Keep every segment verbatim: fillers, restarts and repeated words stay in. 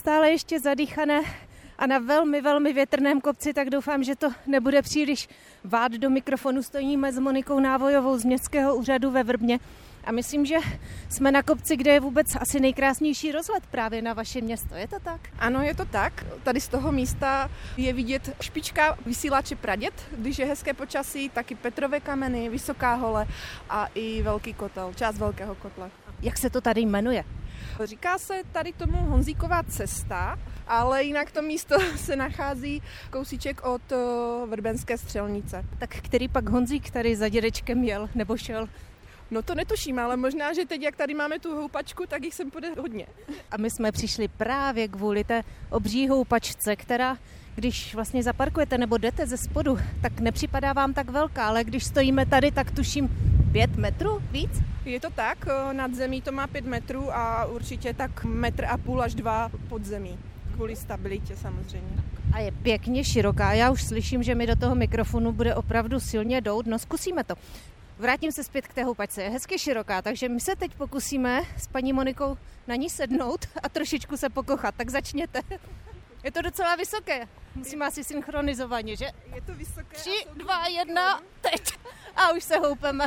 stále ještě zadýchané a na velmi, velmi větrném kopci, tak doufám, že to nebude příliš vát do mikrofonu. Stojíme s Monikou Návojovou z Městského úřadu ve Vrbně a myslím, že jsme na kopci, kde je vůbec asi nejkrásnější rozhled právě na vaše město. Je to tak? Ano, je to tak. Tady z toho místa je vidět špička vysílače Praděd, když je hezké počasí, taky Petrové kameny, Vysoká hole a i Velký kotel, část Velkého kotle. Jak se to tady jmenuje? Říká se tady tomu Honzíková cesta, ale jinak to místo se nachází kousíček od Vrbenské střelnice. Tak který pak Honzík tady za dědečkem jel nebo šel? No to netuším, ale možná, že teď, jak tady máme tu houpačku, tak jich sem půjde hodně. A my jsme přišli právě kvůli té obří houpačce, která, když vlastně zaparkujete nebo jdete ze spodu, tak nepřipadá vám tak velká, ale když stojíme tady, tak tuším pět metrů víc? Je to tak, nad zemí to má pět metrů a určitě tak metr a půl až dva pod zemí, kvůli stabilitě samozřejmě. A je pěkně široká, já už slyším, že mi do toho mikrofonu bude opravdu silně dout, no zkusíme to. Vrátím se zpět k té houpačce, je hezky široká, takže my se teď pokusíme s paní Monikou na ní sednout a trošičku se pokochat, tak začněte. Je to docela vysoké, musíme asi synchronizovaně, že? Je to vysoké. Tři, dva, jedna, teď a už se houpeme.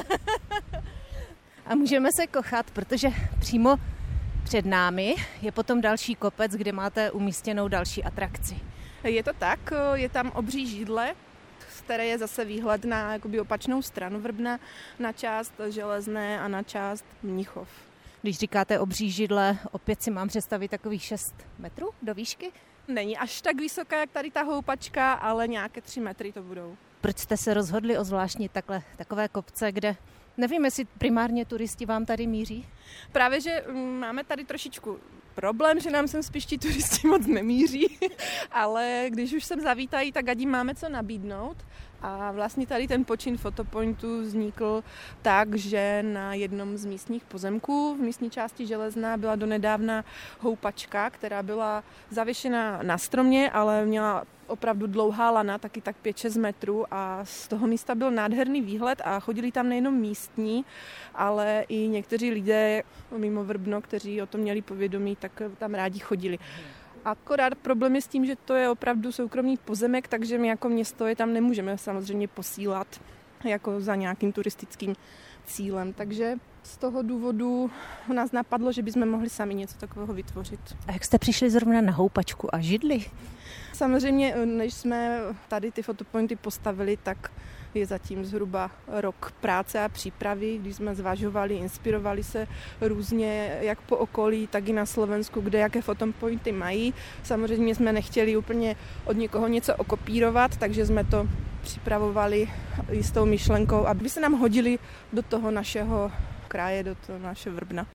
A můžeme se kochat, protože přímo před námi je potom další kopec, kde máte umístěnou další atrakci. Je to tak, je tam obří židle, z které je zase výhled na jakoby opačnou stranu Vrbna, na část Železné a na část Mnichov. Když říkáte obří židle, opět si mám představit takových šest metrů do výšky? Není až tak vysoká, jak tady ta houpačka, ale nějaké tři metry to budou. Proč jste se rozhodli o zvláštní takhle, takové kopce, kde nevím, jestli primárně turisti vám tady míří? Právě, že máme tady trošičku problém, že nám sem spíš ti turisti moc nemíří, ale když už sem zavítají, tak ať jim máme co nabídnout. A vlastně tady ten počin Fotopointu vznikl tak, že na jednom z místních pozemků v místní části Železná byla donedávna houpačka, která byla zavěšena na stromě, ale měla opravdu dlouhá lana, taky tak pět šest metrů a z toho místa byl nádherný výhled a chodili tam nejenom místní, ale i někteří lidé mimo Vrbno, kteří o tom měli povědomí, tak tam rádi chodili. Akorát problém je s tím, že to je opravdu soukromý pozemek, takže my jako město je tam nemůžeme samozřejmě posílat jako za nějakým turistickým cílem. Takže z toho důvodu nás napadlo, že bychom mohli sami něco takového vytvořit. A jak jste přišli zrovna na houpačku a židli? Samozřejmě, než jsme tady ty fotopointy postavili, tak je zatím zhruba rok práce a přípravy, když jsme zvažovali, inspirovali se různě jak po okolí, tak i na Slovensku, kde jaké fotopointy mají. Samozřejmě jsme nechtěli úplně od někoho něco okopírovat, takže jsme to připravovali jistou myšlenkou, aby se nám hodili do toho našeho kraje, do toho našeho Vrbna.